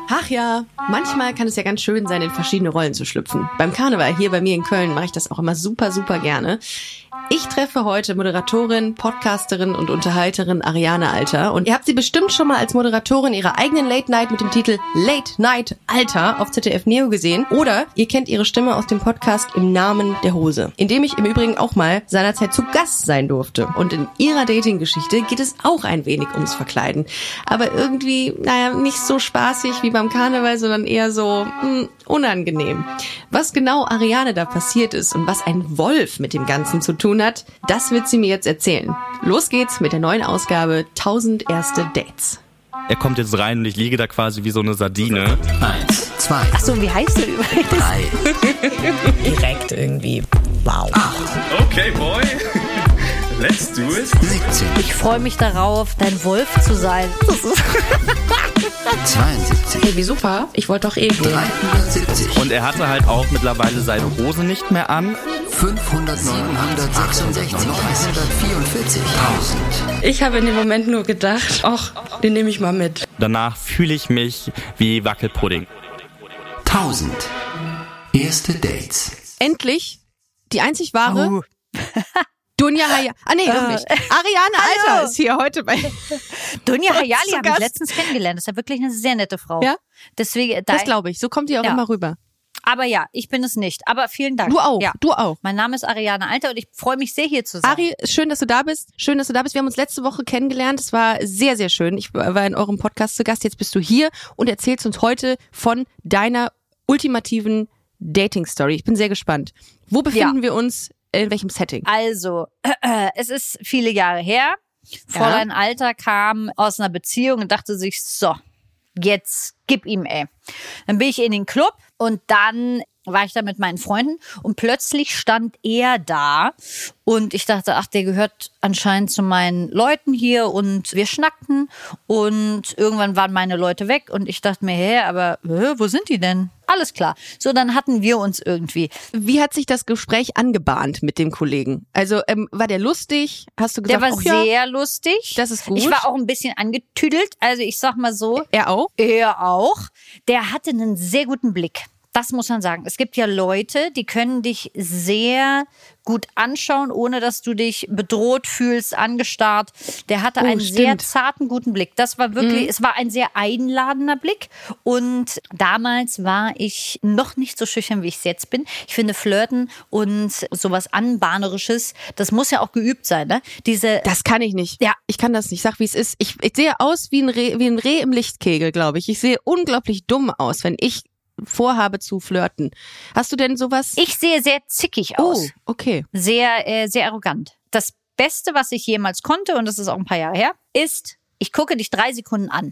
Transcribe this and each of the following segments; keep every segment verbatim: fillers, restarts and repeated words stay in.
Ach ja, manchmal kann es ja ganz schön sein, in verschiedene Rollen zu schlüpfen. Beim Karneval hier bei mir in Köln mache ich das auch immer super, super gerne. Ich treffe heute Moderatorin, Podcasterin und Unterhalterin Ariane Alter. Und ihr habt sie bestimmt schon mal als Moderatorin ihrer eigenen Late Night mit dem Titel Late Night Alter auf Z D F Neo gesehen. Oder ihr kennt ihre Stimme aus dem Podcast Im Namen der Hose, in dem ich im Übrigen auch mal seinerzeit zu Gast sein durfte. Und in ihrer Dating-Geschichte geht es auch ein wenig ums Verkleiden. Aber irgendwie, naja, nicht so spaßig wie beim Karneval, sondern eher so mh, unangenehm. Was genau Ariane da passiert ist und was ein Wolf mit dem Ganzen zu tun hat, das wird sie mir jetzt erzählen. Los geht's mit der neuen Ausgabe tausend erste Dates. Er kommt jetzt rein und ich liege da quasi wie so eine Sardine. Eins, zwei. Ach so, wie heißt du übrigens? Drei. Direkt irgendwie. Wow. Acht. Okay, boy. Let's do it. siebzehn. Ich freue mich darauf, dein Wolf zu sein. zweiundsiebzig. Hey, wie super. Ich wollte doch eh gehen. dreihundertsiebzig. Und er hatte halt auch mittlerweile seine Hose nicht mehr an. fünfhundert, neunhundertsechsundsechzig, neunhundertvierundvierzig, tausend. Ich habe in dem Moment nur gedacht, ach, den nehme ich mal mit. Danach fühle ich mich wie Wackelpudding. tausend. Erste Dates. Endlich die einzig wahre Oh. Dunja Hayali. Ah nee, doch nicht. Ariane Alter Hallo. ist hier heute bei. Dunja Hayali zu habe ich Gast. letztens kennengelernt. Das ist ja wirklich eine sehr nette Frau. Ja? Deswegen, da, Das glaube ich. So kommt die auch Ja. immer rüber. aber ja, ich bin es nicht. Aber vielen Dank. Du auch. Ja. Du auch. Mein Name ist Ariane Alter und ich freue mich sehr, hier zu sein. Ari, schön, dass du da bist. Schön, dass du da bist. Wir haben uns letzte Woche kennengelernt. Es war sehr, sehr schön. Ich war in eurem Podcast zu Gast. Jetzt bist du hier und erzählst uns heute von deiner ultimativen Dating-Story. Ich bin sehr gespannt. Wo befinden Ja. wir uns? In welchem Setting? Also, äh, es ist viele Jahre her. Fräulein Alter kam aus einer Beziehung und dachte sich, so, jetzt gib ihm, ey. Dann bin ich in den Club und dann war ich da mit meinen Freunden und plötzlich stand er da und ich dachte, ach, der gehört anscheinend zu meinen Leuten hier und wir schnackten und irgendwann waren meine Leute weg und ich dachte mir, hä, aber hä, wo sind die denn? Alles klar. So, dann hatten wir uns irgendwie. Wie hat sich das Gespräch angebahnt mit dem Kollegen? Also ähm, war der lustig? Hast du gesagt, Der war ach ja, sehr lustig. das ist gut. Ich war auch ein bisschen angetüdelt. Also ich sag mal so, er auch? er auch. Der hatte einen sehr guten Blick. Das muss man sagen. Es gibt ja Leute, die können dich sehr gut anschauen, ohne dass du dich bedroht fühlst, angestarrt. Der hatte Oh, einen stimmt. sehr zarten, guten Blick. Das war wirklich, Mhm. es war ein sehr einladender Blick. Und damals war ich noch nicht so schüchtern, wie ich es jetzt bin. Ich finde Flirten und sowas Anbahnerisches, das muss ja auch geübt sein, ne? Diese, Das kann ich nicht. Ja. Ich kann das nicht. Sag, wie es ist. Ich, ich sehe aus wie ein Reh, wie ein Reh im Lichtkegel, glaube ich. Ich sehe unglaublich dumm aus, wenn ich vorhabe zu flirten. Hast du denn sowas? ich sehe sehr zickig aus. Oh, okay. Sehr, äh, sehr arrogant. Das Beste, was ich jemals konnte, und das ist auch ein paar Jahre her, ist, ich gucke dich drei Sekunden an.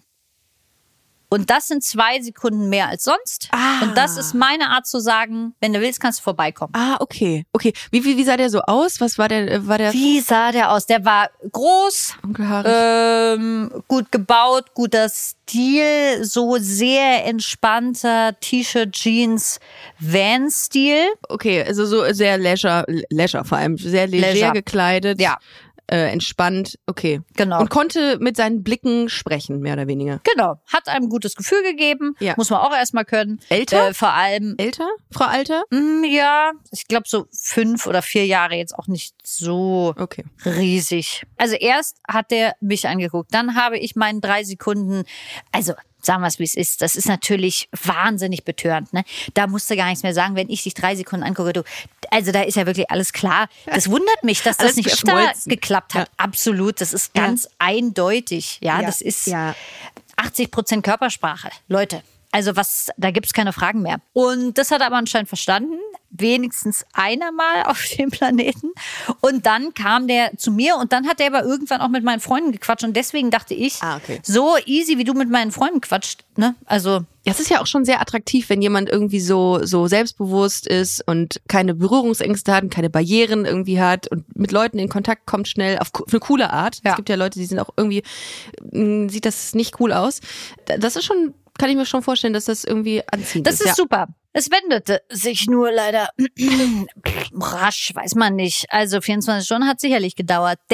Und das sind zwei Sekunden mehr als sonst. Ah. Und das ist meine Art zu sagen, wenn du willst, kannst du vorbeikommen. Ah, okay. Okay. Wie, wie, wie sah der so aus? Was war der, äh, war der Wie sah der aus? Der war groß, dunkelhaarig? ähm, gut gebaut, guter Stil, so sehr entspannter T-Shirt, Jeans, Van-Stil. Okay, also so sehr leisure, leisure vor allem, sehr leger Leisure. gekleidet. Ja. Äh, entspannt, okay. Genau. Und konnte mit seinen Blicken sprechen, mehr oder weniger. Genau, hat einem gutes Gefühl gegeben, Ja. muss man auch erstmal können. Älter? Äh, vor allem, Älter? Frau Alter? mm, ja, ich glaube so fünf oder vier Jahre jetzt auch nicht so Okay. riesig. Also erst hat der mich angeguckt, dann habe ich meinen drei Sekunden, also sagen wir es, wie es ist, das ist natürlich wahnsinnig betörend. Ne? Da musst du gar nichts mehr sagen, wenn ich dich drei Sekunden angucke. Du, also da ist ja wirklich alles klar. Das wundert mich, dass das Alles nicht öfter geschmolzen. geklappt hat. Ja. Absolut, das ist Ja. ganz eindeutig. Ja, Ja. das ist Ja. achtzig Prozent Körpersprache. Leute, also was, da gibt's keine Fragen mehr. Und das hat er aber anscheinend verstanden. Wenigstens einer mal auf dem Planeten. Und dann kam der zu mir und dann hat er aber irgendwann auch mit meinen Freunden gequatscht. Und deswegen dachte ich, Ah, okay. so easy, wie du mit meinen Freunden quatscht, ne? Also, Ja, es ist ja auch schon sehr attraktiv, wenn jemand irgendwie so so selbstbewusst ist und keine Berührungsängste hat und keine Barrieren irgendwie hat und mit Leuten in Kontakt kommt schnell auf, auf eine coole Art. Ja. Es gibt ja Leute, die sind auch irgendwie, mh, sieht das nicht cool aus. Das ist schon, kann ich mir schon vorstellen, dass das irgendwie anziehend das ist. ist ja. super. Es wendete sich nur leider rasch, weiß man nicht. Also vierundzwanzig Stunden hat sicherlich gedauert, denn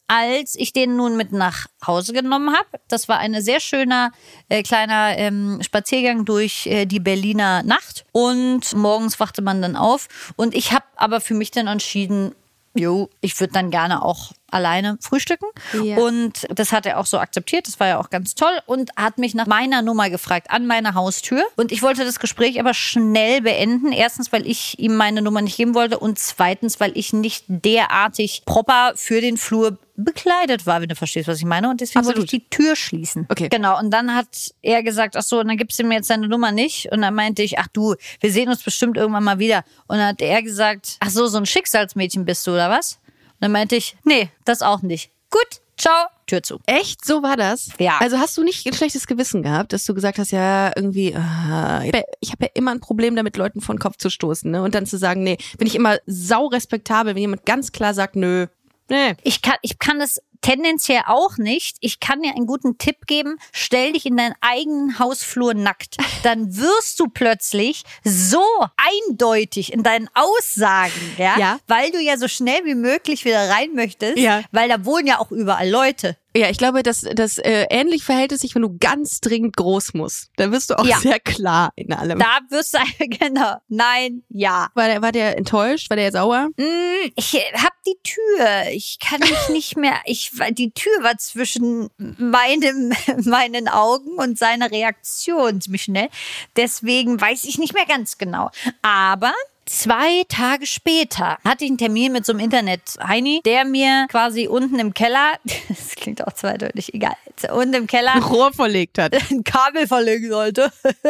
als ich den nun mit nach Hause genommen habe. Das war ein sehr schöner äh, kleiner ähm, Spaziergang durch äh, die Berliner Nacht. Und morgens wachte man dann auf. Und ich habe aber für mich dann entschieden, jo, ich würde dann gerne auch alleine frühstücken. Ja. Und das hat er auch so akzeptiert. Das war ja auch ganz toll. Und hat mich nach meiner Nummer gefragt, an meiner Haustür. Und ich wollte das Gespräch aber schnell beenden. Erstens, weil ich ihm meine Nummer nicht geben wollte. Und zweitens, weil ich nicht derartig proper für den Flur bekleidet war, wenn du verstehst, was ich meine. Und deswegen Absolut. wollte ich die Tür schließen. Okay. Genau. Und dann hat er gesagt, ach so, und dann gibst du mir jetzt deine Nummer nicht. Und dann meinte ich, ach du, wir sehen uns bestimmt irgendwann mal wieder. Und dann hat er gesagt, ach so, so ein Schicksalsmädchen bist du, oder was? Und dann meinte ich, nee, das auch nicht. Gut, ciao, Tür zu. Echt? So war das? Ja. Also hast du nicht ein schlechtes Gewissen gehabt, dass du gesagt hast, ja, irgendwie, äh, ich habe ja immer ein Problem damit, Leuten vor den Kopf zu stoßen, ne? Und dann zu sagen, nee, bin ich immer sau respektabel, wenn jemand ganz klar sagt, nö, nee. Ich kann, ich kann es tendenziell auch nicht. Ich kann dir einen guten Tipp geben. Stell dich in deinen eigenen Hausflur nackt. Dann wirst du plötzlich so eindeutig in deinen Aussagen, ja, Ja. weil du ja so schnell wie möglich wieder rein möchtest, Ja. weil da wohnen ja auch überall Leute. Ja, ich glaube, dass das äh, ähnlich verhält es sich, wenn du ganz dringend groß musst. Da wirst du auch Ja. sehr klar in allem. Da wirst du, genau, nein, ja. War der, war der enttäuscht? War der sauer? Ich hab die Tür. Ich kann mich nicht mehr. Ich die Tür war zwischen meinem meinen Augen und seiner Reaktion ziemlich schnell. Deswegen weiß ich nicht mehr ganz genau. Aber zwei Tage später hatte ich einen Termin mit so einem Internet-Heini, der mir quasi unten im Keller, das klingt auch zweideutig, egal, unten im Keller Ein Rohr verlegt hat. ein Kabel verlegen sollte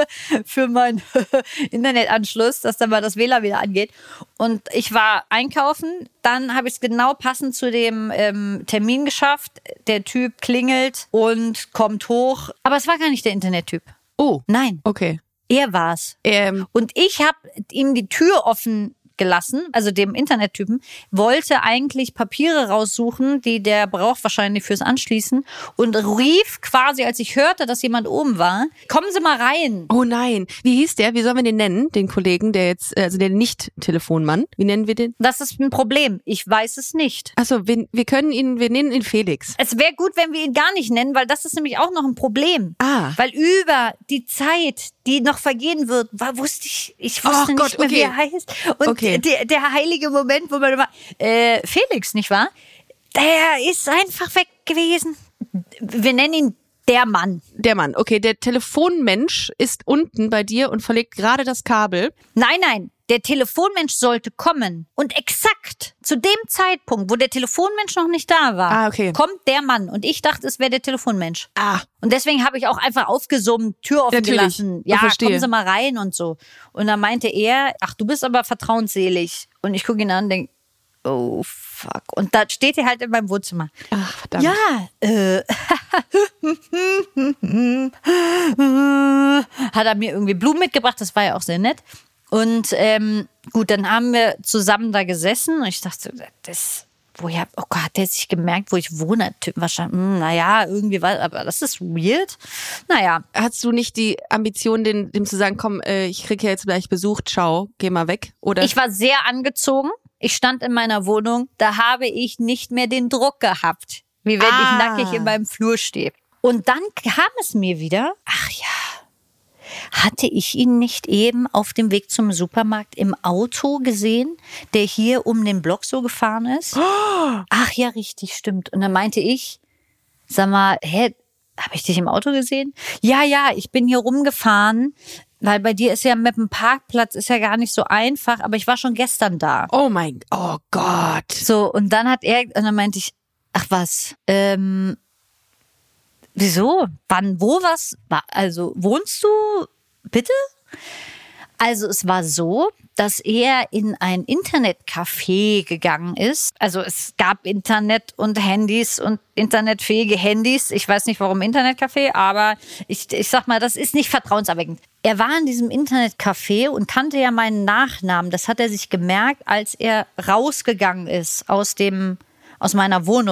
für meinen Internetanschluss, dass dann mal das W L A N wieder angeht. Und ich war einkaufen, dann habe ich es genau passend zu dem ähm, Termin geschafft. Der Typ klingelt und kommt hoch. Aber es war gar nicht der Internettyp. Oh, Nein, okay. er war's. Ähm, Und ich habe ihm die Tür offen gelassen, also dem Internettypen, wollte eigentlich Papiere raussuchen, die der braucht wahrscheinlich fürs Anschließen und rief quasi, als ich hörte, dass jemand oben war, kommen Sie mal rein. oh nein. Wie hieß der? Wie sollen wir den nennen? Den Kollegen, der jetzt, also der Nicht-Telefonmann. Wie nennen wir den? Das ist ein Problem. Ich weiß es nicht. Achso, wir, wir können ihn, wir nennen ihn Felix. Es wäre gut, wenn wir ihn gar nicht nennen, weil das ist nämlich auch noch ein Problem. Ah. Weil über die Zeit, die noch vergehen wird, war, wusste ich, ich wusste Oh nicht Gott, mehr, okay. wie er heißt. Und Okay. der, der heilige Moment, wo man immer, äh, Felix, nicht wahr? Der ist einfach weg gewesen. Wir nennen ihn der Mann. Der Mann. Okay, der Telefonmensch ist unten bei dir und verlegt gerade das Kabel. Nein, nein, der Telefonmensch sollte kommen. Und exakt zu dem Zeitpunkt, wo der Telefonmensch noch nicht da war, Ah, okay. kommt der Mann. Und ich dachte, es wäre der Telefonmensch. Ah. Und deswegen habe ich auch einfach aufgesummt, Tür offen Natürlich. gelassen. Ich Ja, verstehe. kommen Sie mal rein und so. Und dann meinte er, ach, du bist aber vertrauensselig. Und ich gucke ihn an und denke, oh, fuck. Und da steht er halt in meinem Wohnzimmer. Ach, verdammt. Ja, äh, hat er mir irgendwie Blumen mitgebracht, das war ja auch sehr nett. Und ähm, gut, dann haben wir zusammen da gesessen und ich dachte, das, woher, oh Gott, hat der sich gemerkt, wo ich wohne? Wahrscheinlich, hm, naja, irgendwie war, aber das ist weird. Naja, Hast du nicht die Ambition, den, dem zu sagen, komm, äh, ich krieg ja jetzt gleich Besuch, ciao, geh mal weg? Oder? ich war sehr angezogen. Ich stand in meiner Wohnung, da habe ich nicht mehr den Druck gehabt, wie wenn Ah. ich nackig in meinem Flur stehe. Und dann kam es mir wieder, ach ja, hatte ich ihn nicht eben auf dem Weg zum Supermarkt im Auto gesehen, der hier um den Block so gefahren ist? Ach ja, richtig, stimmt. Und dann meinte ich, sag mal, hä, habe ich dich im Auto gesehen? Ja, ja, ich bin hier rumgefahren, weil bei dir ist ja mit dem Parkplatz ist ja gar nicht so einfach, aber ich war schon gestern da. Oh mein, oh Gott. So, und dann hat er, und dann meinte ich, ach was, ähm, wieso? Wann, wo, was? Also, wohnst du, bitte? Also, es war so, dass er in ein Internetcafé gegangen ist. Also, es gab Internet und Handys und internetfähige Handys. Ich weiß nicht, warum Internetcafé, aber ich, ich sag mal, das ist nicht vertrauenserweckend. Er war in diesem Internetcafé und kannte ja meinen Nachnamen. Das hat er sich gemerkt, als er rausgegangen ist aus dem, aus meiner Wohnung.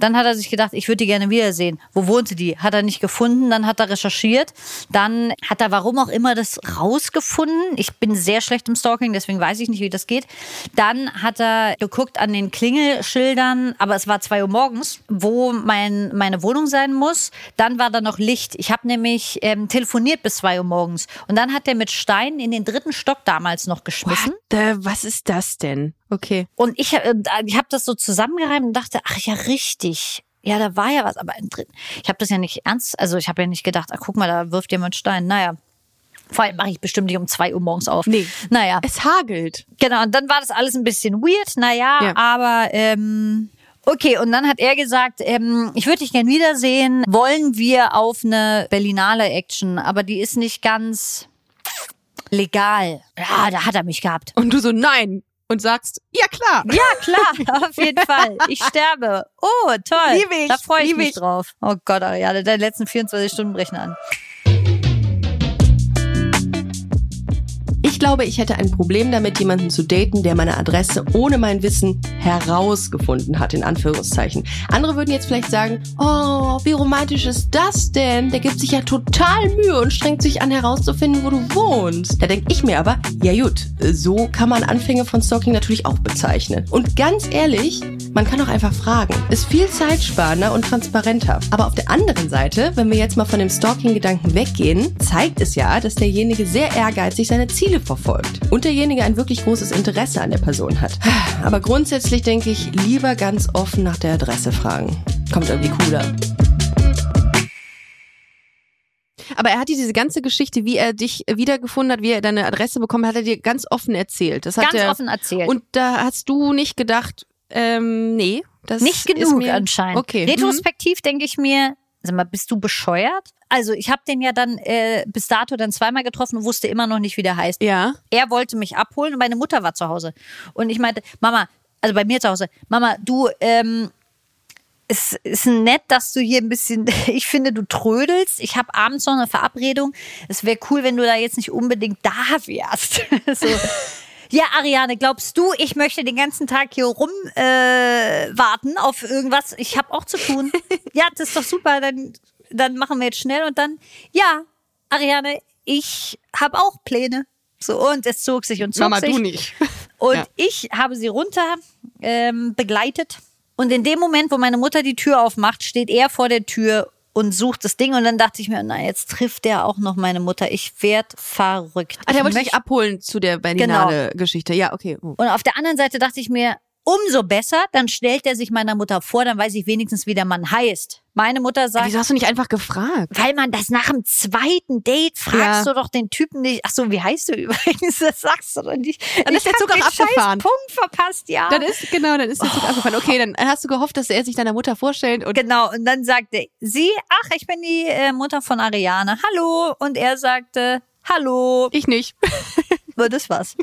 Dann hat er sich gedacht, ich würde die gerne wiedersehen. Wo wohnte die? Hat er nicht gefunden. Dann hat er recherchiert. Dann hat er, warum auch immer, das rausgefunden. Ich bin sehr schlecht im Stalking, deswegen weiß ich nicht, wie das geht. Dann hat er geguckt an den Klingelschildern, aber es war zwei Uhr morgens, wo mein, meine Wohnung sein muss. Dann war da noch Licht. Ich habe nämlich ähm, telefoniert bis zwei Uhr morgens. Und dann hat er mit Steinen in den dritten Stock damals noch geschmissen. What? Was ist das denn? Okay. Und ich, äh, ich habe das so zusammengereimt und dachte, ach ja, richtig. Ja, da war ja was, aber drin. Ich habe das ja nicht ernst, also ich habe ja nicht gedacht, ach guck mal, da wirft jemand Stein. Naja, vor allem mache ich bestimmt nicht um zwei Uhr morgens auf. Nee, naja. Es hagelt. Genau, und dann war das alles ein bisschen weird, naja, ja. aber ähm, okay, und dann hat er gesagt, ähm, ich würde dich gern wiedersehen, wollen wir auf eine Berlinale Action, aber die ist nicht ganz legal. Ja, da hat er mich gehabt. Und du so, nein. Und sagst, ja klar. Ja, klar, auf jeden Fall. Ich sterbe. Oh, toll. Liebe ich. Da freue ich Liebe mich ich. drauf. Oh Gott, Ariane, deine letzten vierundzwanzig Stunden brechen an. Ich glaube, ich hätte ein Problem damit, jemanden zu daten, der meine Adresse ohne mein Wissen herausgefunden hat, in Anführungszeichen. Andere würden jetzt vielleicht sagen, oh, wie romantisch ist das denn? Der gibt sich ja total Mühe und strengt sich an, herauszufinden, wo du wohnst. Da denke ich mir aber, ja gut, so kann man Anfänge von Stalking natürlich auch bezeichnen. Und ganz ehrlich, man kann auch einfach fragen. Ist viel zeitsparender und transparenter. Aber auf der anderen Seite, wenn wir jetzt mal von dem Stalking-Gedanken weggehen, zeigt es ja, dass derjenige sehr ehrgeizig seine Ziele verfolgt und derjenige ein wirklich großes Interesse an der Person hat. Aber grundsätzlich denke ich, lieber ganz offen nach der Adresse fragen. Kommt irgendwie cooler. Aber er hat dir diese ganze Geschichte, wie er dich wiedergefunden hat, wie er deine Adresse bekommen hat, hat er dir ganz offen erzählt. Das hat Ganz er, offen erzählt. Und da hast du nicht gedacht, ähm, nee, das Nicht ist genug mir anscheinend. Okay. Retrospektiv denke ich mir, sag mal, bist du bescheuert? Also ich habe den ja dann äh, bis dato dann zweimal getroffen und wusste immer noch nicht, wie der heißt. Ja. Er wollte mich abholen und meine Mutter war zu Hause. Und ich meinte, Mama, also bei mir zu Hause, Mama, du, ähm, es ist nett, dass du hier ein bisschen, ich finde, du trödelst. Ich habe abends noch eine Verabredung. Es wäre cool, wenn du da jetzt nicht unbedingt da wärst. So. Ja, Ariane, glaubst du, ich möchte den ganzen Tag hier rum äh, warten auf irgendwas? Ich habe auch zu tun. Ja, das ist doch super, dann, dann machen wir jetzt schnell und dann, ja, Ariane, ich habe auch Pläne. So, und es zog sich und zog Mama, sich. du nicht. Und Ja. ich habe sie runter ähm, begleitet. Und in dem Moment, wo meine Mutter die Tür aufmacht, steht er vor der Tür und sucht das Ding. Und dann dachte ich mir, na, jetzt trifft der auch noch meine Mutter. Ich werd verrückt. Ah, der Ich wollte möcht- dich abholen zu der Berlinale-Geschichte. Ja, okay. Oh. Und auf der anderen Seite dachte ich mir, umso besser, dann stellt er sich meiner Mutter vor, dann weiß ich wenigstens, wie der Mann heißt. Meine Mutter sagt, Wieso hast du nicht einfach gefragt? weil man das nach dem zweiten Date fragst Ja. du doch den Typen nicht. Ach so, wie heißt du übrigens? Das sagst du doch nicht. Dann ist der Ich Zug hab auch den abgefahren. scheiß Punkt verpasst, ja. Dann ist, genau, dann ist der Zug abgefahren. Okay, dann hast du gehofft, dass er sich deiner Mutter vorstellt und Genau, und dann sagte sie, ach, ich bin die äh, Mutter von Ariane. Hallo. Und er sagte, hallo. ich nicht. Und das war's.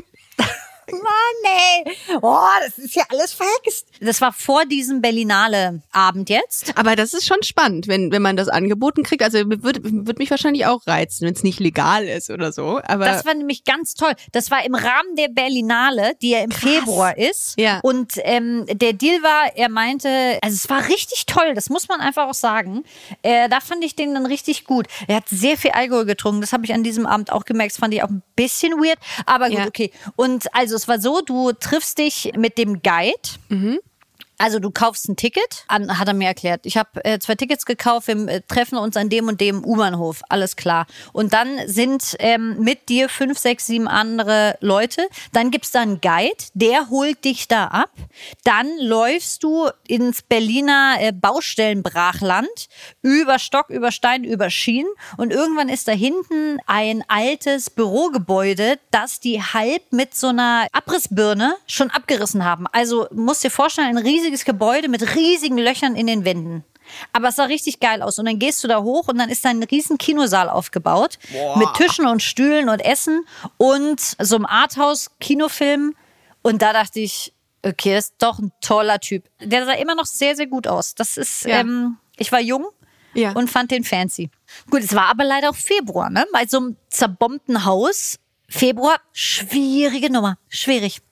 Mann, ey. Oh, das ist ja alles verhext. Das war vor diesem Berlinale-Abend jetzt. Aber das ist schon spannend, wenn, wenn man das angeboten kriegt. Also würde würd mich wahrscheinlich auch reizen, wenn es nicht legal ist oder so. Aber Das war nämlich ganz toll. Das war im Rahmen der Berlinale, die ja im Februar ist. Ja. Und ähm, der Deal war, er meinte, also es war richtig toll, das muss man einfach auch sagen. Äh, da fand ich den dann richtig gut. Er hat sehr viel Alkohol getrunken, das habe ich an diesem Abend auch gemerkt. Das fand ich auch ein bisschen weird, aber gut, Ja. okay. Und also es war so, du triffst dich mit dem Guide. Also du kaufst ein Ticket, an, hat er mir erklärt. Ich habe äh, zwei Tickets gekauft, wir äh, treffen uns an dem und dem U-Bahnhof, alles klar. Und dann sind ähm, mit dir fünf, sechs, sieben andere Leute. Dann gibt's da einen Guide, der holt dich da ab. Dann läufst du ins Berliner äh, Baustellenbrachland, über Stock, über Stein, über Schienen. Und irgendwann ist da hinten ein altes Bürogebäude, das die halb mit so einer Abrissbirne schon abgerissen haben. Also musst dir vorstellen, ein riesiges Gebäude mit riesigen Löchern in den Wänden. Aber es sah richtig geil aus. Und dann gehst du da hoch und dann ist da ein riesen Kinosaal aufgebaut. Mit Tischen und Stühlen und Essen und so einem Arthouse-Kinofilm. Und da dachte ich, okay, das ist doch ein toller Typ. Der sah immer noch sehr, sehr gut aus. Das ist, Ja. ähm, ich war jung Ja. und fand den fancy. Gut, es war aber leider auch Februar, ne? Bei so einem zerbombten Haus. Februar, schwierige Nummer. Schwierig.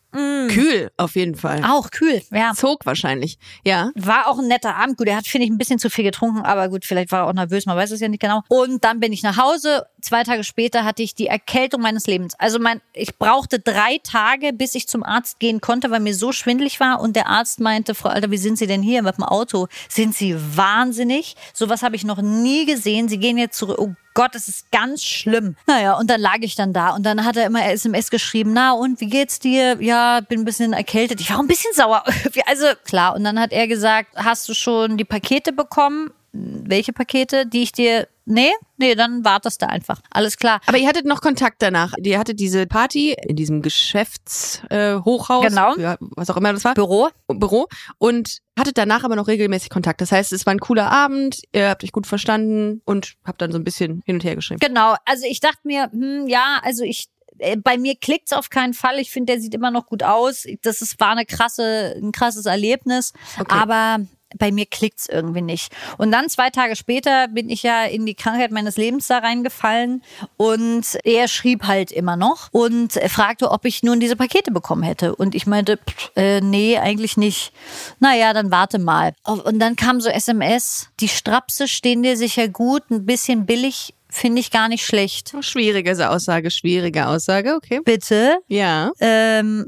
Mm. Kühl, auf jeden Fall. Auch kühl, ja. Zog wahrscheinlich, ja. War auch ein netter Abend. Gut, er hat, finde ich, ein bisschen zu viel getrunken, aber gut, vielleicht war er auch nervös, man weiß es ja nicht genau. Und dann bin ich nach Hause. Zwei Tage später hatte ich die Erkältung meines Lebens. Also mein, ich brauchte drei Tage, bis ich zum Arzt gehen konnte, weil mir so schwindelig war. Und der Arzt meinte, Frau Alter, wie sind Sie denn hier mit dem Auto? Sind Sie wahnsinnig? Sowas habe ich noch nie gesehen. Sie gehen jetzt zurück. Oh Gott, das ist ganz schlimm. Naja, und dann lag ich dann da. Und dann hat er immer S M S geschrieben, na und, wie geht's dir? Ja, bin ein bisschen erkältet. Ich war auch ein bisschen sauer. Also klar, und dann hat er gesagt, hast du schon die Pakete bekommen? Welche Pakete, die ich dir... Nee, nee, dann wartest du einfach. Alles klar. Aber ihr hattet noch Kontakt danach. Ihr hattet diese Party in diesem Geschäftshochhaus, äh, Hochhaus, Genau. ja, was auch immer das war. Büro. Büro. Und hattet danach aber noch regelmäßig Kontakt. Das heißt, es war ein cooler Abend, ihr habt euch gut verstanden und habt dann so ein bisschen hin und her geschrieben. Genau, also ich dachte mir, hm, ja, also ich... Bei mir klickt's auf keinen Fall. Ich finde, der sieht immer noch gut aus. Das ist, war eine krasse, ein krasses Erlebnis. Okay. Aber bei mir klickt's irgendwie nicht. Und dann zwei Tage später bin ich ja in die Krankheit meines Lebens da reingefallen und er schrieb halt immer noch und fragte, ob ich nun diese Pakete bekommen hätte. Und ich meinte, pff, äh, nee, eigentlich nicht. Naja, dann warte mal. Und dann kam so S M S, die Strapse stehen dir sicher gut, ein bisschen billig. Finde ich gar nicht schlecht. Oh, schwierige Aussage, schwierige Aussage, okay. Bitte? Ja. Ähm,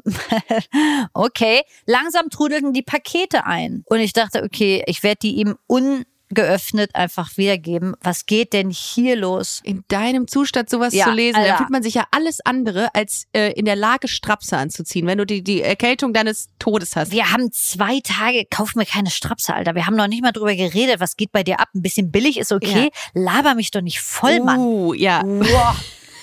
okay. Langsam trudelten die Pakete ein. Und ich dachte, okay, ich werde die ihm ungeöffnet einfach wiedergeben. Was geht denn hier los? In deinem Zustand sowas Ja, zu lesen, Alter. da fühlt man sich ja alles andere als äh, in der Lage, Strapse anzuziehen, wenn du die, die Erkältung deines Todes hast. Wir haben zwei Tage, kauf mir keine Strapse, Alter. Wir haben noch nicht mal drüber geredet, was geht bei dir ab. Ein bisschen billig ist okay. Laber mich doch nicht voll, Mann. Uh, ja. Boah.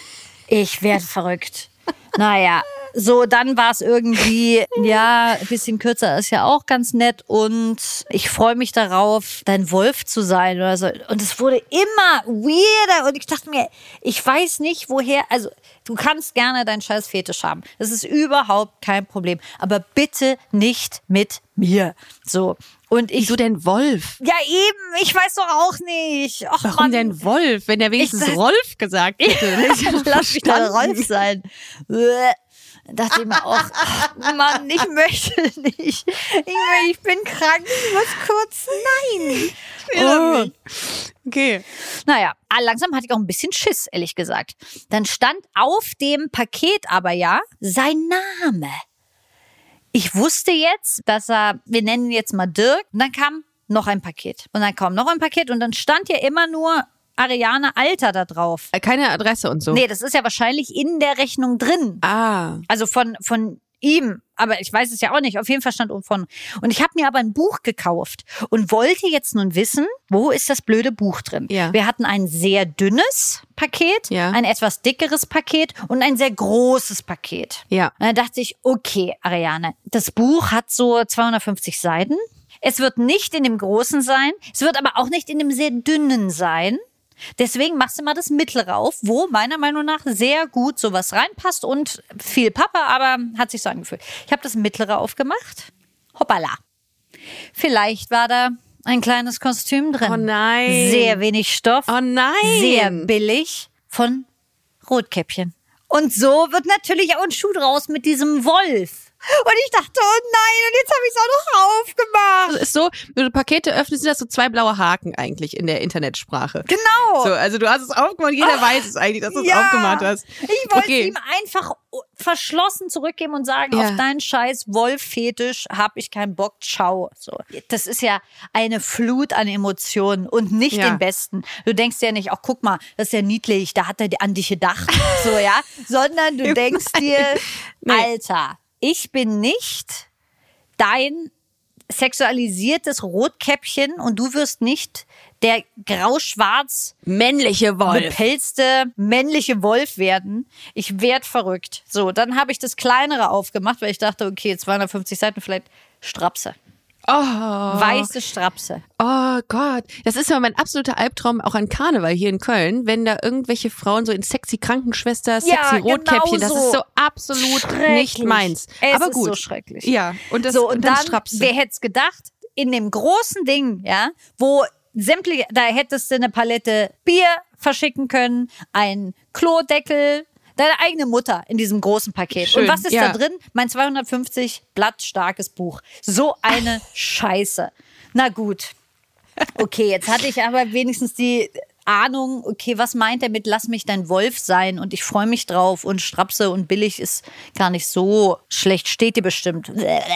Ich werde verrückt. Naja, so dann war es irgendwie, ja, ein bisschen kürzer ist ja auch ganz nett und ich freue mich darauf, dein Wolf zu sein oder so. Und es wurde immer weirder und ich dachte mir, ich weiß nicht woher, also du kannst gerne deinen scheiß Fetisch haben. Das ist überhaupt kein Problem. Aber bitte nicht mit mir. So. Und ich. Wieso denn Wolf? Ja, eben, ich weiß doch auch nicht. Och, Warum Mann. denn Wolf, wenn er wenigstens Ich- Rolf gesagt hätte? Lass mich doch Rolf sein. Bäh. Dachte ich mir auch, ach, Mann, ich möchte nicht. Ich, ich bin krank, ich muss kurz. Nein. Oh. Okay. Naja, ah, langsam hatte ich auch ein bisschen Schiss, ehrlich gesagt. Dann stand auf dem Paket aber ja sein Name. Ich wusste jetzt, dass er, wir nennen ihn jetzt mal Dirk, und dann kam noch ein Paket. Und dann kam noch ein Paket und dann stand ja immer nur Ariane Alter da drauf. Keine Adresse und so. Nee, das ist ja wahrscheinlich in der Rechnung drin. Ah. Also von, von ihm. Aber ich weiß es ja auch nicht. Auf jeden Fall stand oben von. Und ich habe mir aber ein Buch gekauft und wollte jetzt nun wissen, wo ist das blöde Buch drin? Ja. Wir hatten ein sehr dünnes Paket, Ja. ein etwas dickeres Paket und ein sehr großes Paket. Ja. Und dann dachte ich, okay, Ariane, das Buch hat so zweihundertfünfzig Seiten. Es wird nicht in dem großen sein. Es wird aber auch nicht in dem sehr dünnen sein. Deswegen machst du mal das mittlere auf, wo meiner Meinung nach sehr gut sowas reinpasst und viel Papa, aber hat sich so angefühlt. Ich habe das mittlere aufgemacht. Hoppala. Vielleicht war da ein kleines Kostüm drin. Oh nein. Sehr wenig Stoff. Oh nein. Sehr billig von Rotkäppchen. Und so wird natürlich auch ein Schuh draus mit diesem Wolf. Und ich dachte, oh nein, und jetzt habe ich es auch noch aufgemacht. Das ist so, wenn du Pakete öffnest, sind das so zwei blaue Haken eigentlich in der Internetsprache. Genau. So, also du hast es aufgemacht, jeder weiß es eigentlich, dass du es Ja. aufgemacht hast. Ich wollte Okay. es ihm einfach verschlossen zurückgeben und sagen, Ja. auf deinen scheiß Wolf-Fetisch habe ich keinen Bock, ciao. So. Das ist ja eine Flut an Emotionen und nicht Ja. den besten. Du denkst ja nicht, ach guck mal, das ist ja niedlich, da hat er an dich gedacht, so ja, sondern du denkst dir, Nee. Alter, ich bin nicht dein sexualisiertes Rotkäppchen und du wirst nicht der grau-schwarz Männliche Wolf. bepelzte männliche Wolf werden. Ich werd verrückt. So, dann habe ich das kleinere aufgemacht, weil ich dachte, okay, zweihundertfünfzig Seiten, vielleicht Strapse. Oh. Weiße Strapse. Oh Gott, das ist ja mein absoluter Albtraum auch an Karneval hier in Köln, wenn da irgendwelche Frauen so in sexy Krankenschwester, sexy Ja, Rotkäppchen, das genau so. ist so absolut Schrecklich. nicht meins. Es Aber ist gut. so schrecklich. Ja, und das So, und dann, Strapse. wer hätte es gedacht, in dem großen Ding, ja, wo sämtliche, da hättest du eine Palette Bier verschicken können, ein Klodeckel, deine eigene Mutter in diesem großen Paket. Schön, und was ist ja. da drin? Mein zweihundertfünfzig Blatt starkes Buch. So eine Scheiße. Na gut. Okay, jetzt hatte ich aber wenigstens die Ahnung, okay, was meint er mit lass mich dein Wolf sein und ich freue mich drauf und Strapse und billig ist gar nicht so schlecht, steht dir bestimmt.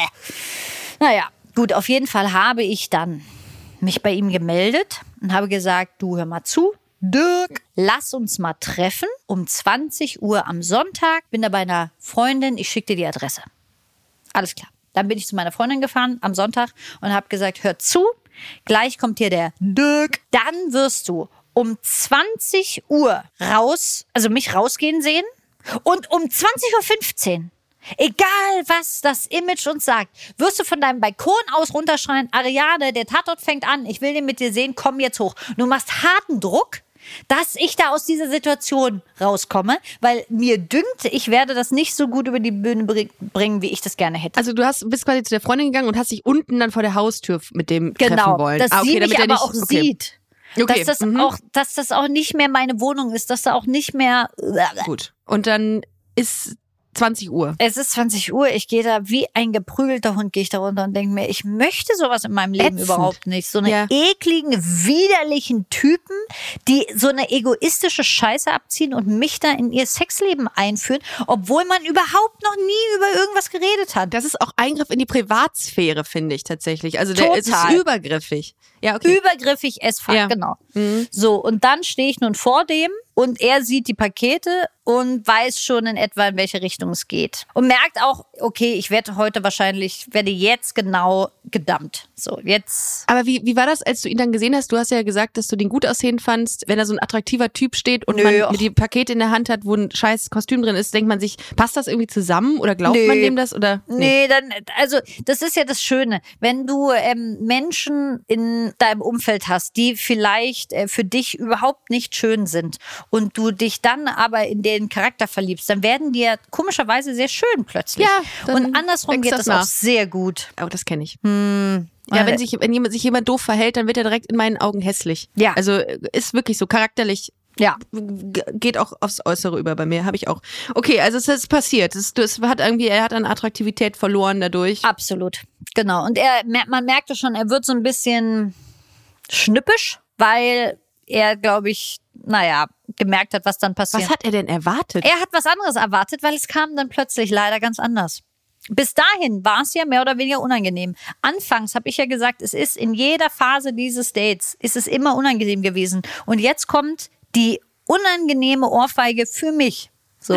Naja, gut, auf jeden Fall habe ich dann mich bei ihm gemeldet und habe gesagt, du hör mal zu, Dirk, lass uns mal treffen um zwanzig Uhr am Sonntag, bin da bei einer Freundin, ich schicke dir die Adresse. Alles klar. Dann bin ich zu meiner Freundin gefahren am Sonntag und habe gesagt, hör zu, gleich kommt hier der Dirk, dann wirst du um zwanzig Uhr raus, also mich rausgehen sehen und um zwanzig Uhr fünfzehn, egal was das Image uns sagt, wirst du von deinem Balkon aus runterschreien, Ariane, der Tatort fängt an, ich will den mit dir sehen, komm jetzt hoch. Du machst harten Druck, dass ich da aus dieser Situation rauskomme, weil mir dünkt, ich werde das nicht so gut über die Bühne bringen, wie ich das gerne hätte. Also du hast, bist quasi zu der Freundin gegangen und hast dich unten dann vor der Haustür mit dem genau, treffen wollen. Dass ah, okay, sie mich aber nicht, auch okay. sieht. Okay. Dass das mhm. auch, dass das auch nicht mehr meine Wohnung ist, dass da auch nicht mehr. Gut. Und dann ist zwanzig Uhr. Es ist zwanzig Uhr, ich gehe da wie ein geprügelter Hund, gehe ich da runter und denke mir, ich möchte sowas in meinem Leben Ätzend. überhaupt nicht. So eine Ja. ekligen, widerlichen Typen, die so eine egoistische Scheiße abziehen und mich da in ihr Sexleben einführen, obwohl man überhaupt noch nie über irgendwas geredet hat. Das ist auch Eingriff in die Privatsphäre, finde ich tatsächlich. Also der, es ist Total. übergriffig. Ja, okay. Übergriffig as fuck, Ja. genau. Mhm. So, und dann stehe ich nun vor dem und er sieht die Pakete und weiß schon in etwa, in welche Richtung es geht. Und merkt auch, okay, ich werde heute wahrscheinlich, werde jetzt genau gedumpt. So, jetzt. Aber wie, wie war das, als du ihn dann gesehen hast? Du hast ja gesagt, dass du den gut aussehen fandst. Wenn da so ein attraktiver Typ steht und Nö, man ach. mit die Pakete in der Hand hat, wo ein scheiß Kostüm drin ist, denkt man sich, passt das irgendwie zusammen oder glaubt Nö. man dem das? Oder? Nee, dann, also das ist ja das Schöne. Wenn du ähm, Menschen in deinem Umfeld hast, die vielleicht äh, für dich überhaupt nicht schön sind und du dich dann aber in den Charakter verliebst, dann werden die ja komischerweise sehr schön plötzlich. Ja, dann und andersrum wächst geht das das nach. auch sehr gut. Oh, das kenne ich. Hm. Ja, wenn sich, wenn jemand, sich jemand doof verhält, dann wird er direkt in meinen Augen hässlich. Ja. Also ist wirklich so charakterlich. Ja. G- Geht auch aufs Äußere über bei mir, habe ich auch. Okay, also es ist passiert. Es, es hat irgendwie, er hat an Attraktivität verloren dadurch. Absolut, genau. Und er, man merkte schon, er wird so ein bisschen schnippisch, weil er, glaube ich, naja, gemerkt hat, was dann passiert. Was hat er denn erwartet? Er hat was anderes erwartet, weil es kam dann plötzlich leider ganz anders. Bis dahin war es ja mehr oder weniger unangenehm. Anfangs habe ich ja gesagt, es ist in jeder Phase dieses Dates, ist es immer unangenehm gewesen. Und jetzt kommt die unangenehme Ohrfeige für mich. So.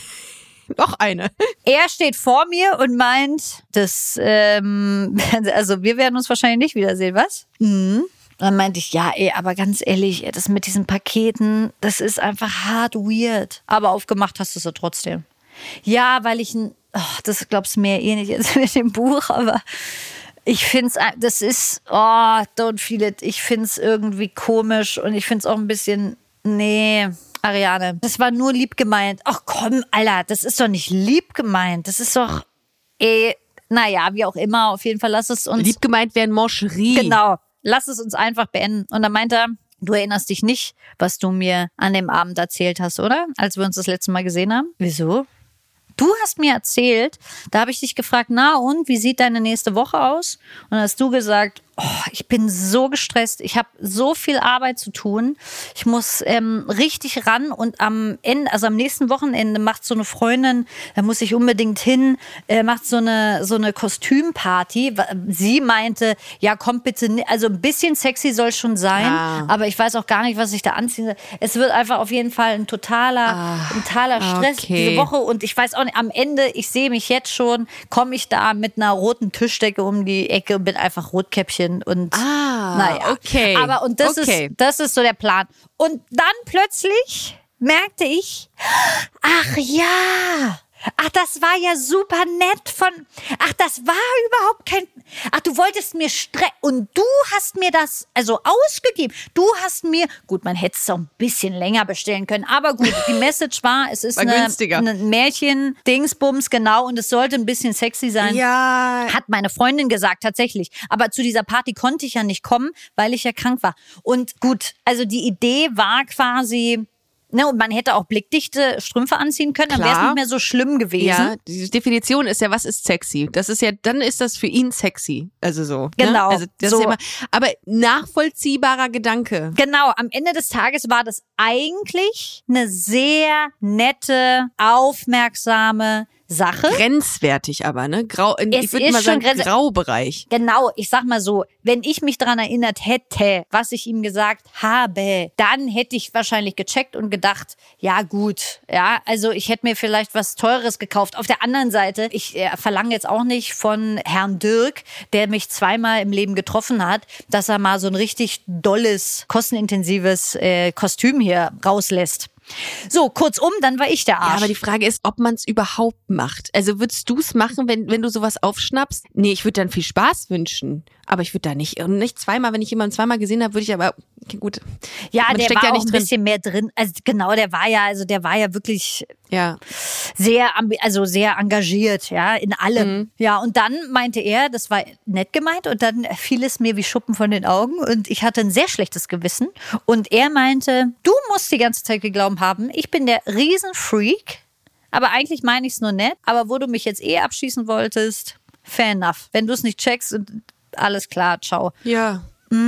Noch eine. Er steht vor mir und meint, das, ähm, also wir werden uns wahrscheinlich nicht wiedersehen, was? Mhm. Dann meinte ich, ja, ey, aber ganz ehrlich, ey, das mit diesen Paketen, das ist einfach hart weird. Aber aufgemacht hast du es so trotzdem. Ja, weil ich ein, oh, das glaubst du mir eh nicht jetzt mit dem Buch, aber ich find's, das ist, oh, don't feel it. Ich find's irgendwie komisch und ich find's auch ein bisschen, nee, Ariane, das war nur lieb gemeint. Ach komm, Alter, das ist doch nicht lieb gemeint. Das ist doch, ey, naja, wie auch immer, auf jeden Fall lass es uns. Lieb gemeint wäre ein Moncherie. Genau. Lass es uns einfach beenden. Und dann meinte er, du erinnerst dich nicht, was du mir an dem Abend erzählt hast, oder? Als wir uns das letzte Mal gesehen haben. Wieso? Du hast mir erzählt, da habe ich dich gefragt, na und, wie sieht deine nächste Woche aus? Und dann hast du gesagt, oh, ich bin so gestresst, ich habe so viel Arbeit zu tun, ich muss ähm, richtig ran und am Ende, also am nächsten Wochenende macht so eine Freundin, da muss ich unbedingt hin, äh, macht so eine so eine Kostümparty. Sie meinte, ja komm bitte, also ein bisschen sexy soll schon sein, Ah. aber ich weiß auch gar nicht, was ich da anziehen soll. Es wird einfach auf jeden Fall ein totaler, Ah, ein totaler Stress okay. diese Woche und ich weiß auch nicht, am Ende, ich sehe mich jetzt schon, komme ich da mit einer roten Tischdecke um die Ecke und bin einfach Rotkäppchen und Ah, naja. okay. Aber und das Okay. ist das ist so der Plan. Und dann plötzlich merkte ich, ach ja, ach, das war ja super nett von, ach, das war überhaupt kein, ach, du wolltest mir Stress, und du hast mir das, also ausgegeben, du hast mir, gut, man hätte es auch ein bisschen länger bestellen können, aber gut, die Message war, es ist War eine, günstiger. ein Märchen, Dingsbums, genau, und es sollte ein bisschen sexy sein. Ja. Hat meine Freundin gesagt, tatsächlich. Aber zu dieser Party konnte ich ja nicht kommen, weil ich ja krank war. Und gut, also die Idee war quasi, Ne, und man hätte auch blickdichte Strümpfe anziehen können, dann wäre es nicht mehr so schlimm gewesen. Ja, die Definition ist ja, was ist sexy? Das ist ja, dann ist das für ihn sexy. Also so. Genau. Ne? Also das so. ist ja immer, aber nachvollziehbarer Gedanke. Genau, am Ende des Tages war das eigentlich eine sehr nette, aufmerksame Sache. Grenzwertig aber, ne? Grau, Es ich würde ist mal sagen, schon Grenze- Graubereich. Genau, ich sag mal so, wenn ich mich daran erinnert hätte, was ich ihm gesagt habe, dann hätte ich wahrscheinlich gecheckt und gedacht, ja gut, ja, also ich hätte mir vielleicht was Teures gekauft. Auf der anderen Seite, ich äh, verlange jetzt auch nicht von Herrn Dirk, der mich zweimal im Leben getroffen hat, dass er mal so ein richtig dolles, kostenintensives äh, Kostüm hier rauslässt. So, kurzum, dann war ich der Arsch. Ja, aber die Frage ist, ob man es überhaupt macht. Also würdest du es machen, wenn, wenn du sowas aufschnappst? Nee, ich würde dann viel Spaß wünschen. Aber ich würde da nicht, und nicht zweimal, wenn ich jemanden zweimal gesehen habe, würde ich aber, okay, gut. Ja, man der steckt war ja auch nicht ein drin. bisschen mehr drin. Also genau, der war ja, also der war ja wirklich Ja. sehr, ambi- also sehr engagiert, ja, in allem. Mhm. Ja, und dann meinte er, das war nett gemeint, und dann fiel es mir wie Schuppen von den Augen und ich hatte ein sehr schlechtes Gewissen. Und er meinte, du musst die ganze Zeit geglaubt haben, ich bin der Riesenfreak, aber eigentlich meine ich es nur nett. Aber wo du mich jetzt eh abschießen wolltest, fair enough. Wenn du es nicht checkst, alles klar, ciao. Ja.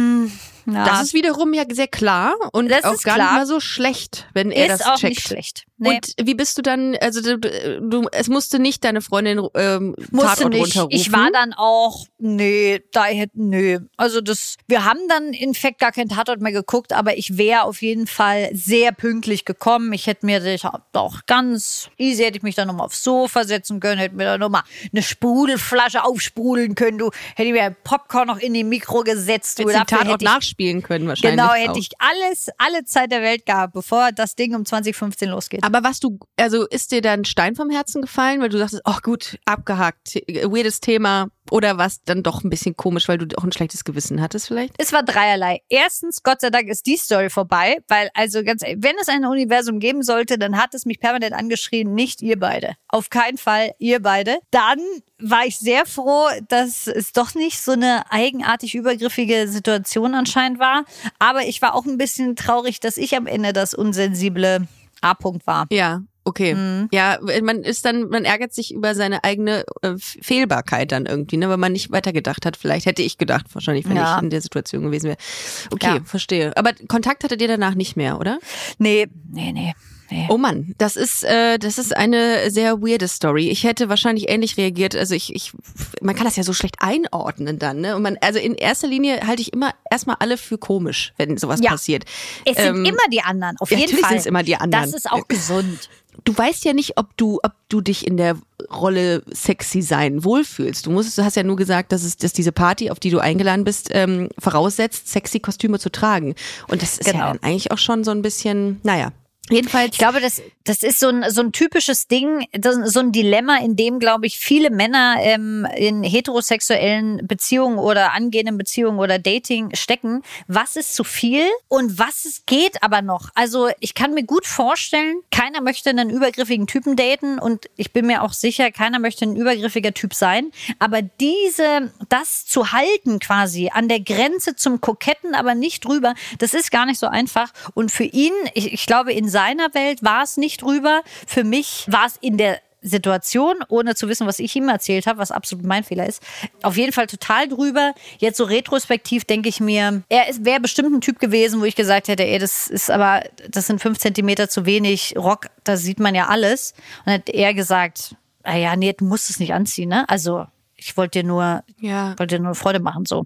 Ja. Das ist wiederum ja sehr klar und Das auch ist gar klar. nicht mal so schlecht, wenn er ist das auch checkt. nicht schlecht. Nee. Und wie bist du dann, also du, du es musste nicht deine Freundin ähm, Musste Tatort nicht. runterrufen? Ich war dann auch, nee, da hätte, nee. Also das, wir haben dann in fact gar keinen Tatort mehr geguckt, aber ich wäre auf jeden Fall sehr pünktlich gekommen. Ich hätte mir das auch ganz easy, hätte ich mich dann nochmal aufs Sofa setzen können, hätte mir dann nochmal eine Sprudelflasche aufsprudeln können, du, hätte ich mir Popcorn noch in die Mikro gesetzt. Du, Hättest den dafür Tatort hätte ich, nachspielen können wahrscheinlich genau, auch. hätte ich alles, alle Zeit der Welt gehabt, bevor das Ding um zwanzig fünfzehn losgeht. Aber was du, also ist dir da ein Stein vom Herzen gefallen, weil du sagtest, ach gut, abgehakt, weirdes Thema, oder war es dann doch ein bisschen komisch, weil du auch ein schlechtes Gewissen hattest vielleicht? Es war dreierlei. Erstens, Gott sei Dank ist die Story vorbei, weil also ganz ehrlich, wenn es ein Universum geben sollte, dann hat es mich permanent angeschrien, nicht ihr beide. Auf keinen Fall ihr beide. Dann war ich sehr froh, dass es doch nicht so eine eigenartig übergriffige Situation anscheinend war. Aber ich war auch ein bisschen traurig, dass ich am Ende das unsensible A-Punkt war. Ja. Okay. Mhm. Ja, man ist dann, man ärgert sich über seine eigene äh, Fehlbarkeit dann irgendwie, ne, weil man nicht weitergedacht hat. Vielleicht hätte ich gedacht, wahrscheinlich, wenn Ja. ich in der Situation gewesen wäre. Okay, Ja. verstehe. Aber Kontakt hattet ihr danach nicht mehr, oder? Nee, nee, nee. nee. Oh Mann, das ist, äh, das ist eine sehr weirde Story. Ich hätte wahrscheinlich ähnlich reagiert. Also ich, ich, man kann das ja so schlecht einordnen dann, ne? Und man, also in erster Linie halte ich immer erstmal alle für komisch, wenn sowas Ja. passiert. Es sind Ähm, immer die anderen, auf ja, jeden natürlich Fall. sind's immer die anderen. Das ist auch gesund. Du weißt ja nicht, ob du, ob du dich in der Rolle sexy sein wohlfühlst. Du musst, du hast ja nur gesagt, dass es, dass diese Party, auf die du eingeladen bist, ähm, voraussetzt, sexy Kostüme zu tragen. Und das ist Genau. ja dann eigentlich auch schon so ein bisschen, naja. Jedenfalls. Ich glaube, das, das ist so ein, so ein typisches Ding, das, so ein Dilemma, in dem, glaube ich, viele Männer ähm, in heterosexuellen Beziehungen oder angehenden Beziehungen oder Dating stecken. Was ist zu viel und was ist, geht aber noch? Also ich kann mir gut vorstellen, keiner möchte einen übergriffigen Typen daten und ich bin mir auch sicher, keiner möchte ein übergriffiger Typ sein. Aber diese, das zu halten quasi an der Grenze zum Koketten, aber nicht drüber, das ist gar nicht so einfach. Und für ihn, ich, ich glaube, in seiner Welt war es nicht drüber. Für mich war es in der Situation, ohne zu wissen, was ich ihm erzählt habe, was absolut mein Fehler ist, auf jeden Fall total drüber. Jetzt so retrospektiv denke ich mir, er wäre bestimmt ein Typ gewesen, wo ich gesagt hätte, ey, das ist aber, das sind fünf Zentimeter zu wenig Rock, da sieht man ja alles. Und dann hat er gesagt, ah ja, nee, du musst es nicht anziehen, ne? Also ich wollte dir nur, Ja. wollte dir nur Freude machen, so.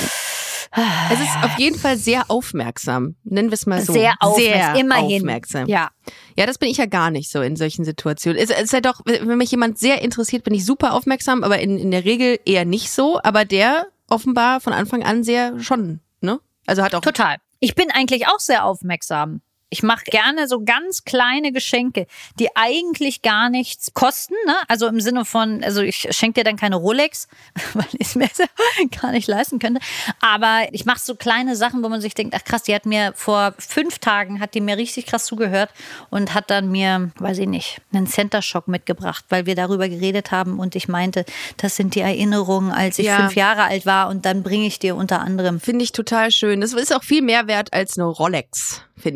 Es ist auf jeden Fall sehr aufmerksam. Nennen wir es mal so. Sehr aufmerksam, Sehr immerhin. aufmerksam. Ja. Ja, das bin ich ja gar nicht so in solchen Situationen. Es ist ja doch, wenn mich jemand sehr interessiert, bin ich super aufmerksam, aber in, in der Regel eher nicht so. Aber der offenbar von Anfang an sehr schon, ne? Also hat auch. Total. Ich bin eigentlich auch sehr aufmerksam. Ich mache gerne so ganz kleine Geschenke, die eigentlich gar nichts kosten, ne? Also im Sinne von, also ich schenke dir dann keine Rolex, weil ich es mir gar nicht leisten könnte. Aber ich mache so kleine Sachen, wo man sich denkt, ach krass, die hat mir vor fünf Tagen, hat die mir richtig krass zugehört und hat dann mir, weiß ich nicht, einen Center Shock mitgebracht, weil wir darüber geredet haben und ich meinte, das sind die Erinnerungen, als ich Ja. fünf Jahre alt war und dann bringe ich dir unter anderem. Finde ich total schön. Das ist auch viel mehr wert als eine Rolex, finde ich.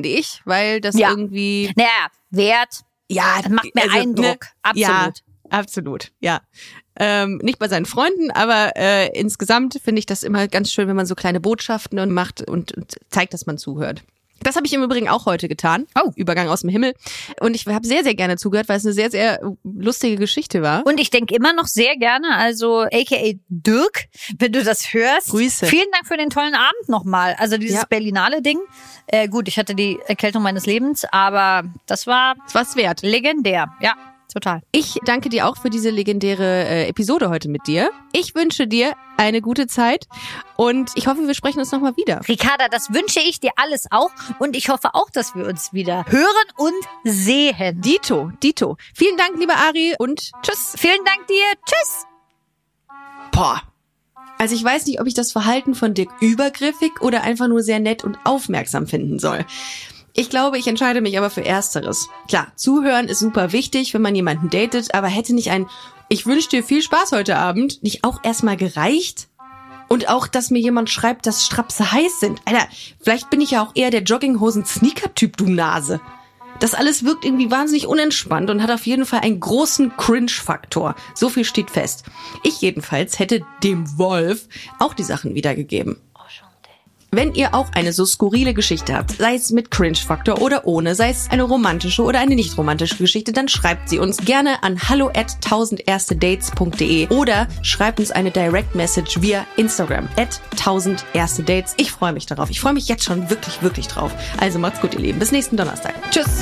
weil das Ja. irgendwie... Naja, Wert, Ja, das macht mir also, Eindruck. ne? Absolut. Ja, absolut, ja. Ähm, nicht bei seinen Freunden, aber äh, insgesamt finde ich das immer ganz schön, wenn man so kleine Botschaften und macht und, und zeigt, dass man zuhört. Das habe ich im Übrigen auch heute getan. Oh. Übergang aus dem Himmel. Und ich habe sehr, sehr gerne zugehört, weil es eine sehr, sehr lustige Geschichte war. Und ich denke immer noch sehr gerne, also aka Dirk, wenn du das hörst. Grüße. Vielen Dank für den tollen Abend nochmal. Also dieses Ja. Berlinale-Ding. Äh, gut, ich hatte die Erkältung meines Lebens, aber das war Es war's wert. legendär. Ja, total. Ich danke dir auch für diese legendäre äh, Episode heute mit dir. Ich wünsche dir eine gute Zeit und ich hoffe, wir sprechen uns nochmal wieder. Ricarda, das wünsche ich dir alles auch und ich hoffe auch, dass wir uns wieder hören und sehen. Dito, Dito. Vielen Dank, lieber Ari, und tschüss. Vielen Dank dir. Tschüss. Boah. Also ich weiß nicht, ob ich das Verhalten von Dirk übergriffig oder einfach nur sehr nett und aufmerksam finden soll. Ich glaube, ich entscheide mich aber für Ersteres. Klar, zuhören ist super wichtig, wenn man jemanden datet, aber hätte nicht ein "Ich wünsche dir viel Spaß heute Abend" nicht auch erstmal gereicht? Und auch, dass mir jemand schreibt, dass Strapse heiß sind. Alter, vielleicht bin ich ja auch eher der Jogginghosen-Sneaker-Typ, du Nase. Das alles wirkt irgendwie wahnsinnig unentspannt und hat auf jeden Fall einen großen Cringe-Faktor. So viel steht fest. Ich jedenfalls hätte dem Wolf auch die Sachen wiedergegeben. Wenn ihr auch eine so skurrile Geschichte habt, sei es mit Cringe-Faktor oder ohne, sei es eine romantische oder eine nicht romantische Geschichte, dann schreibt sie uns gerne an hallo at tausend erste dates punkt de oder schreibt uns eine Direct Message via Instagram at tausend erste dates. Ich freue mich darauf. Ich freue mich jetzt schon wirklich, wirklich drauf. Also macht's gut, ihr Lieben. Bis nächsten Donnerstag. Tschüss.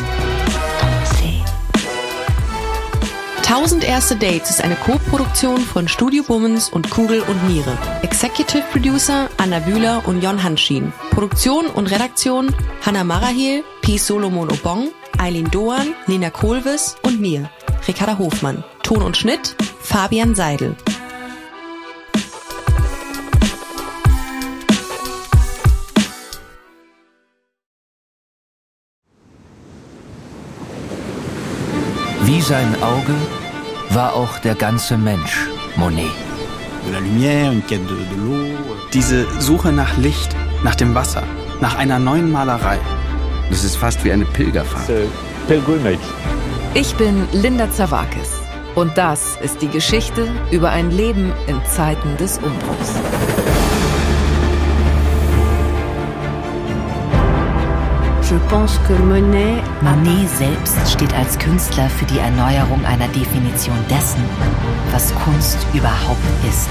tausend erste Dates ist eine Co-Produktion von Studio Bummens und Kugel und Niere. Executive Producer Anna Bühler und Jon Hanschin. Produktion und Redaktion Hannah Marahil, Pi Solomon Obong, Eileen Doan, Lena Kohlwiss und mir, Ricarda Hofmann. Ton und Schnitt Fabian Seidel. Wie sein Auge war auch der ganze Mensch Monet. Diese Suche nach Licht, nach dem Wasser, nach einer neuen Malerei. Das ist fast wie eine Pilgerfahrt. Ich bin Linda Zawakis und das ist die Geschichte über ein Leben in Zeiten des Umbruchs. Monet selbst steht als Künstler für die Erneuerung einer Definition dessen, was Kunst überhaupt ist.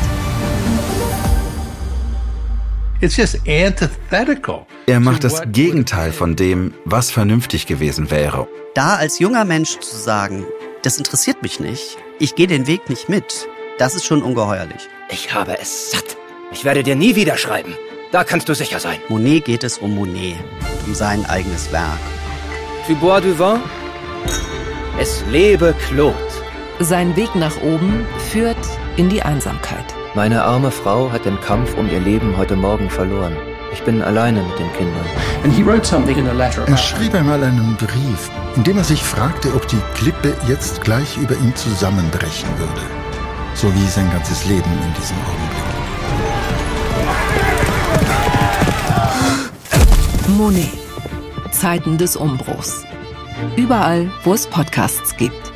It's just antithetical. Er macht das Gegenteil von dem, was vernünftig gewesen wäre. Da als junger Mensch zu sagen, das interessiert mich nicht, ich gehe den Weg nicht mit, das ist schon ungeheuerlich. Ich habe es satt. Ich werde dir nie wieder schreiben. Da kannst du sicher sein. Monet geht es um Monet, um sein eigenes Werk. Tu bois du vin? Es lebe Claude. Sein Weg nach oben führt in die Einsamkeit. Meine arme Frau hat den Kampf um ihr Leben heute Morgen verloren. Ich bin alleine mit den Kindern. And he wrote something in a letter. Er schrieb einmal einen Brief, in dem er sich fragte, ob die Klippe jetzt gleich über ihm zusammenbrechen würde. So wie sein ganzes Leben in diesem Augenblick. Monet. Zeiten des Umbruchs. Überall, wo es Podcasts gibt.